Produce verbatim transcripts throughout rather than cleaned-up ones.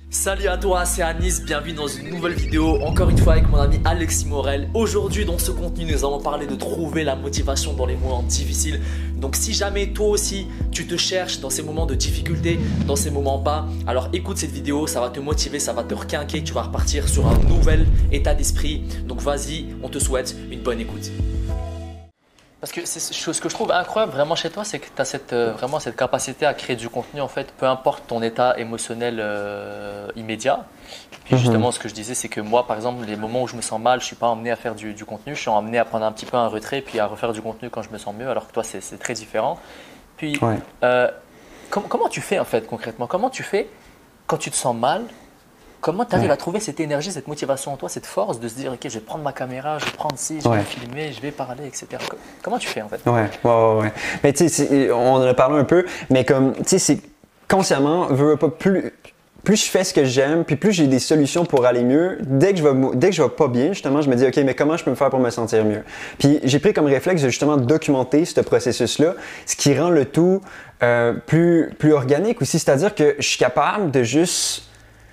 Salut à toi, c'est Anis, bienvenue dans une nouvelle vidéo, encore une fois avec mon ami Alexis Morel. Aujourd'hui dans ce contenu, nous allons parler de trouver la motivation dans les moments difficiles. Donc si jamais toi aussi, tu te cherches dans ces moments de difficulté, dans ces moments bas, alors écoute cette vidéo, ça va te motiver, ça va te requinquer, tu vas repartir sur un nouvel état d'esprit. Donc vas-y, on te souhaite une bonne écoute. Parce que c'est ce que je trouve incroyable vraiment chez toi, c'est que tu as cette, euh, vraiment cette capacité à créer du contenu en fait, peu importe ton état émotionnel euh, immédiat. Puis justement, ce que je disais, c'est que moi, par exemple, les moments où je me sens mal, je ne suis pas emmené à faire du, du contenu, je suis emmené à prendre un petit peu un retrait puis à refaire du contenu quand je me sens mieux, alors que toi, c'est très différent. Puis, ouais. euh, com comment tu fais en fait concrètement? Comment tu fais quand tu te sens mal? Comment tu arrives ouais. à trouver cette énergie, cette motivation en toi, cette force de se dire ok, je vais prendre ma caméra, je vais prendre ci, je vais ouais. filmer, je vais parler, et cetera. Comment tu fais en fait? Ouais, ouais, ouais. ouais. Mais tu sais, on en a parlé un peu, mais comme tu sais, c'est consciemment, veux pas plus. Plus je fais ce que j'aime, puis plus j'ai des solutions pour aller mieux, dès que je vais dès que je vais pas bien, justement, je me dis OK, mais comment je peux me faire pour me sentir mieux? Puis j'ai pris comme réflexe de justement documenter ce processus-là, ce qui rend le tout euh, plus plus organique aussi, c'est-à-dire que je suis capable de juste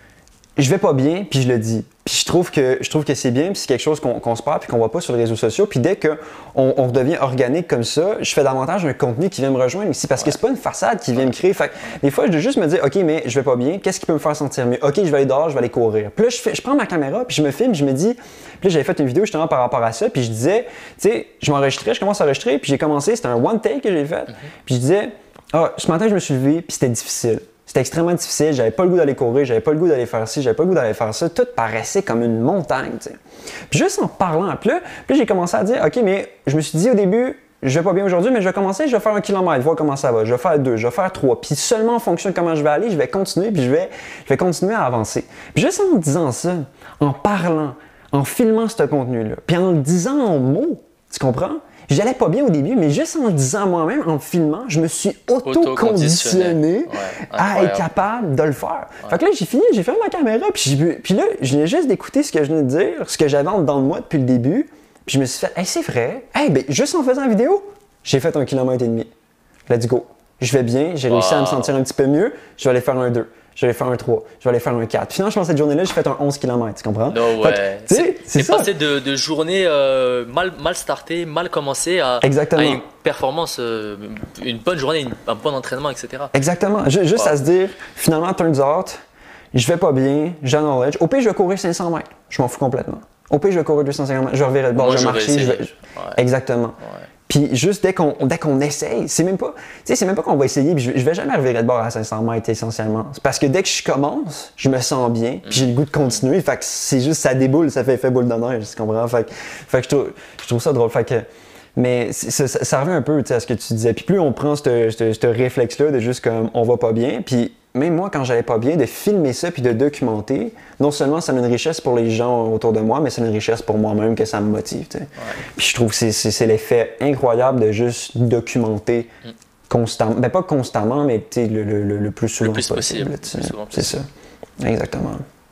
je vais pas bien, puis je le dis. Puis je trouve que je trouve que c'est bien, puis c'est quelque chose qu'on qu'on se perd puis qu'on voit pas sur les réseaux sociaux. Puis dès qu'on on redevient organique comme ça, je fais davantage un contenu qui vient me rejoindre ici parce ouais. que c'est pas une façade qui vient me créer. Fait que des fois, je dois juste me dire, OK, mais je vais pas bien, qu'est-ce qui peut me faire sentir mieux? OK, je vais aller dehors, je vais aller courir. Puis là, je, fais, je prends ma caméra, puis je me filme, je me dis, puis là, j'avais fait une vidéo justement par rapport à ça, puis je disais, tu sais, je m'enregistrais, je commence à enregistrer, puis j'ai commencé, c'était un one take que j'ai fait, mm-hmm. puis je disais, ah, ce matin, je me suis levé, puis c'était difficile. C'était extrêmement difficile, j'avais pas le goût d'aller courir, j'avais pas le goût d'aller faire ci, j'avais pas le goût d'aller faire ça, tout paraissait comme une montagne, tu sais. Puis juste en parlant, puis là, puis j'ai commencé à dire, OK, mais je me suis dit au début, je vais pas bien aujourd'hui, mais je vais commencer, je vais faire un kilomètre, voir comment ça va, je vais faire deux, je vais faire trois, puis seulement en fonction de comment je vais aller, je vais continuer, puis je vais, je vais continuer à avancer. Puis juste en disant ça, en parlant, en filmant ce contenu-là, puis en le disant en mots, tu comprends? J'allais pas bien au début, mais juste en le disant moi-même, en le filmant, je me suis auto-conditionné ouais, à être capable de le faire. Ouais. Fait que là, j'ai fini, j'ai fermé ma caméra, puis, puis là, je venais juste d'écouter ce que je venais de dire, ce que j'avais en dedans de moi depuis le début, puis je me suis fait, hey, c'est vrai, hey, ben, juste en faisant la vidéo, j'ai fait un kilomètre et demi. Let's go. Je vais bien, j'ai wow. réussi à me sentir un petit peu mieux, je vais aller faire un deux. Je vais aller faire un trois, je vais aller faire un quatre. Finalement, je pense que cette journée-là, j'ai fait un onze kilomètres, tu comprends? No ouais. C'est passé de, de journée euh, mal, mal startée, mal commencée à, à une performance, euh, une bonne journée, une, un bon entraînement, et cetera. Exactement. Juste wow. à se dire, finalement, turns out, je vais pas bien, j'ai un knowledge. Au pire, je vais courir cinq cents mètres. Je m'en fous complètement. Au pire, je vais courir deux cent cinquante mètres. Je vais revirer de bord, je vais marcher. Je vais... Ouais. Exactement. Ouais. Puis juste dès qu'on dès qu'on essaye, c'est même pas, tu sais, c'est même pas qu'on va essayer. Puis je, je vais jamais revirer de bord à cinq cents mètres essentiellement. C'est parce que dès que je commence, je me sens bien, puis j'ai le goût de continuer. Fait que c'est juste ça déboule, ça fait effet boule de neige, tu comprends? Fait que, fait que je trouve, je trouve ça drôle. Fait que, mais ça, ça, ça revient un peu, tu sais, à ce que tu disais. Puis plus on prend ce réflexe-là de juste comme on va pas bien, puis même moi, quand j'allais pas bien, de filmer ça puis de documenter, non seulement ça a une richesse pour les gens autour de moi, mais c'est une richesse pour moi-même que ça me motive. Tu sais. Ouais. Puis je trouve que c'est l'effet incroyable de juste documenter mm. constamment. Ben pas constamment, mais tu sais, le, le, le plus souvent le plus possible. possible c'est ça. Exactement.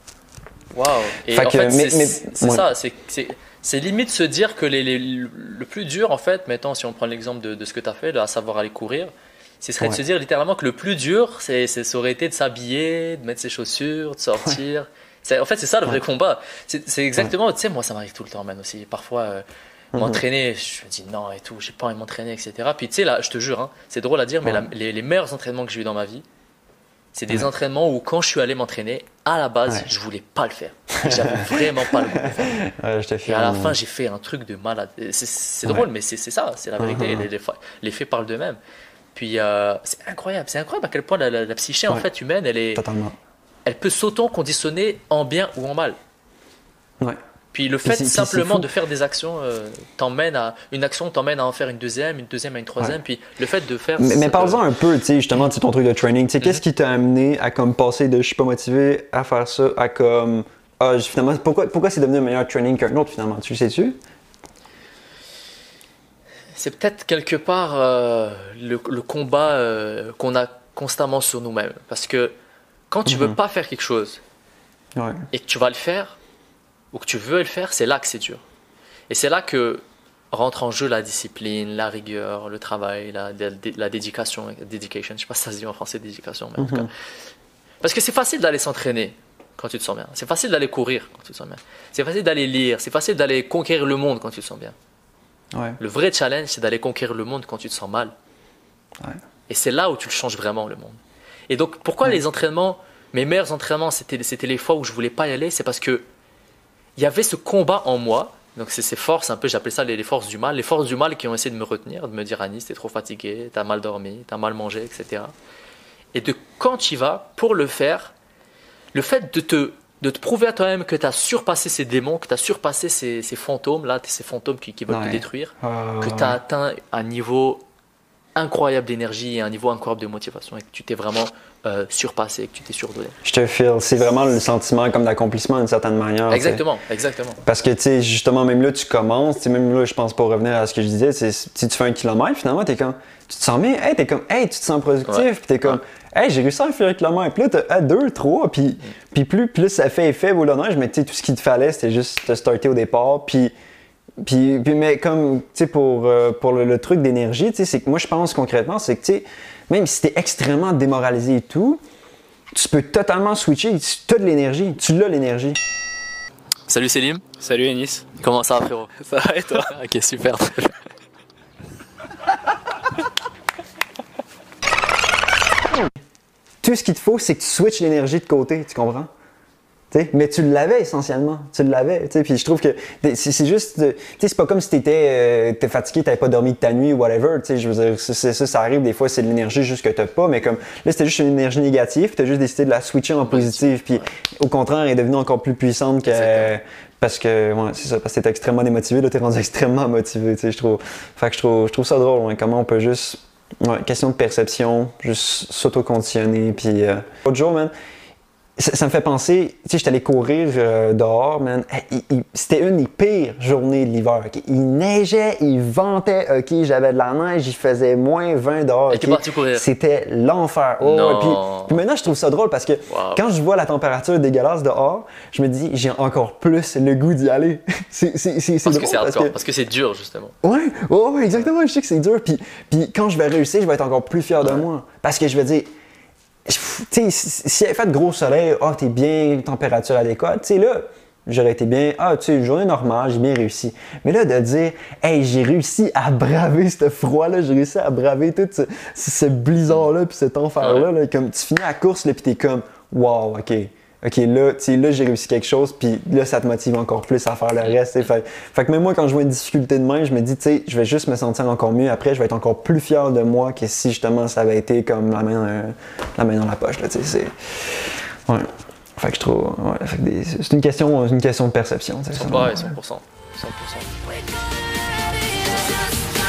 Wow. Et fait en que, fait, c'est ouais. ça. C'est limite se dire que les, les, le plus dur, en fait, mettons, si on prend l'exemple de, de ce que tu as fait, là, à savoir aller courir, ce serait ouais. de se dire littéralement que le plus dur, c'est, ça aurait été de s'habiller, de mettre ses chaussures, de sortir. Ouais. En fait, c'est ça le vrai ouais. combat. C'est exactement, ouais. tu sais, moi, ça m'arrive tout le temps, man, aussi. Parfois, euh, mm-hmm. m'entraîner, je me dis non et tout, j'ai pas envie de m'entraîner, et cetera. Puis, tu sais, là, je te jure, hein, c'est drôle à dire, ouais. mais la, les, les meilleurs entraînements que j'ai eu dans ma vie, c'est des ouais. entraînements où, quand je suis allé m'entraîner, à la base, ouais. je voulais pas le faire. J'avais vraiment pas le goût de le faire. Ouais, je te et à la fin, j'ai fait un truc de malade. C'est drôle, ouais. mais c'est ça, c'est la vérité. Mm-hmm. les, les, les faits parlent d'eux-mêmes. Puis euh, c'est incroyable, c'est incroyable à quel point la, la, la psyché ouais, en fait humaine, elle est, totalement. Elle peut s'auto-conditionner en bien ou en mal. Ouais. Puis le fait simplement de faire des actions euh, t'emmène à une action t'emmène à en faire une deuxième, une deuxième à une troisième. Ouais. Puis le fait de faire. Mais, mais parle-en euh... un peu, tu sais justement, ton truc de training. Tu sais, mm-hmm. qu'est-ce qui t'a amené à comme passer de je suis pas motivé à faire ça à comme ah finalement pourquoi pourquoi c'est devenu un meilleur training qu'un autre finalement, tu le sais-tu? C'est peut-être quelque part euh, le, le combat euh, qu'on a constamment sur nous-mêmes. Parce que quand tu ne mm-hmm. veux pas faire quelque chose ouais. et que tu vas le faire, ou que tu veux le faire, c'est là que c'est dur. Et c'est là que rentre en jeu la discipline, la rigueur, le travail, la, la, la dédication. Dedication, je ne sais pas si ça se dit en français, dédication. Mais mm-hmm. en tout cas. Parce que c'est facile d'aller s'entraîner. quand tu te sens bien. C'est facile d'aller courir quand tu te sens bien. C'est facile d'aller lire. C'est facile d'aller conquérir le monde quand tu te sens bien. Ouais. Le vrai challenge, c'est d'aller conquérir le monde quand tu te sens mal. Ouais. Et c'est là où tu le changes vraiment, le monde. Et donc, pourquoi ouais. les entraînements, mes meilleurs entraînements, c'était, c'était les fois où je ne voulais pas y aller, c'est parce qu'il y avait ce combat en moi. Donc, c'est ces forces, un peu, j'appelle ça les, les forces du mal. Les forces du mal qui ont essayé de me retenir, de me dire, Anis, t'es trop fatigué, t'as mal dormi, t'as mal mangé, et cetera. Et de quand tu y vas, pour le faire, le fait de te, de te prouver à toi-même que tu as surpassé ces démons, que tu as surpassé ces, ces fantômes, là, ces fantômes qui, qui veulent ouais. te détruire, oh, que tu as ouais. atteint un niveau incroyable d'énergie et un niveau incroyable de motivation et que tu t'es vraiment euh, surpassé, que tu t'es surdonné. Je te feel. C'est vraiment le sentiment comme d'accomplissement d'une certaine manière. Exactement, t'sais. exactement. Parce que, tu sais, justement, même là, tu commences, même là, je pense pour revenir à ce que je disais, si tu fais un kilomètre, finalement, t'es comme, tu te sens bien, hey, t'es comme, hey, tu te sens productif, ouais. puis t'es comme, ouais. hey, j'ai réussi à faire un kilomètre. Puis là, t'as deux, trois, puis mm. puis plus, plus ça fait effet au neige, mais tu sais, tout ce qu'il te fallait, c'était juste te starter au départ, puis Puis, puis, mais comme, tu sais, pour, euh, pour le, le truc d'énergie, tu sais, c'est que moi, je pense concrètement, c'est que, tu sais, même si t'es extrêmement démoralisé et tout, tu peux totalement switcher. Tu as de l'énergie. Tu l'as, l'énergie. Salut Selim. Salut Enis. Comment ça va, frérot? Ça va et toi? Ok, super. Tout ce qu'il te faut, c'est que tu switches l'énergie de côté, tu comprends? T'sais, mais tu l'avais essentiellement, tu l'avais, puis je trouve que c'est, c'est juste, c'est pas comme si t'étais euh, fatigué, t'avais pas dormi de ta nuit ou whatever, je veux dire, ça, ça, ça arrive des fois, c'est de l'énergie juste que t'as pas, mais comme là c'était juste une énergie négative, puis t'as juste décidé de la switcher en positive, puis au contraire, elle est devenue encore plus puissante que, euh, parce que, ouais, c'est ça, parce que t'étais extrêmement démotivé, là t'es rendu extrêmement motivé, tu sais, je trouve, fait que je trouve, je trouve ça drôle, ouais, comment on peut juste, ouais, question de perception, juste s'auto-conditionner, puis euh, l'autre jour, man, Ça, ça me fait penser, tu sais, j'étais allé courir euh, dehors, man. Il, il, c'était une des pires journées de l'hiver. Okay? Il neigeait, il ventait, ok, j'avais de la neige, il faisait moins vingt dehors. Et tu es parti courir? C'était l'enfer. Oh, non. Puis, puis maintenant, je trouve ça drôle parce que wow. quand je vois la température dégueulasse dehors, je me dis, j'ai encore plus le goût d'y aller. c'est, c'est, c'est, c'est parce, drôle que c'est parce que parce que c'est dur, justement. Ouais, oh, ouais, exactement. Je sais que c'est dur. Puis, puis quand je vais réussir, je vais être encore plus fier de ouais. moi. Parce que je vais dire, tu sais, s'il avait fait de gros soleil, ah, oh, t'es bien, température adéquate, tu sais, là, j'aurais été bien, ah, tu sais, une journée normale, j'ai bien réussi. Mais là, de dire, hey, j'ai réussi à braver ce froid-là, j'ai réussi à braver tout ce, ce blizzard-là, puis cet enfer-là, là, comme tu finis la course, là, puis t'es comme, wow, ok. OK, là, tu sais, là, j'ai réussi quelque chose, puis là, ça te motive encore plus à faire le reste. Fait, fait que même moi, quand je vois une difficulté de main, je me dis, tu sais, je vais juste me sentir encore mieux. Après, je vais être encore plus fier de moi que si, justement, ça avait été comme la main, euh, la main dans la poche, là, tu sais, c'est... Ouais. Fait que je trouve... Ouais, fait que des, c'est une question, une question de perception, tu sais. Ouais, cent pour cent. cent pour cent.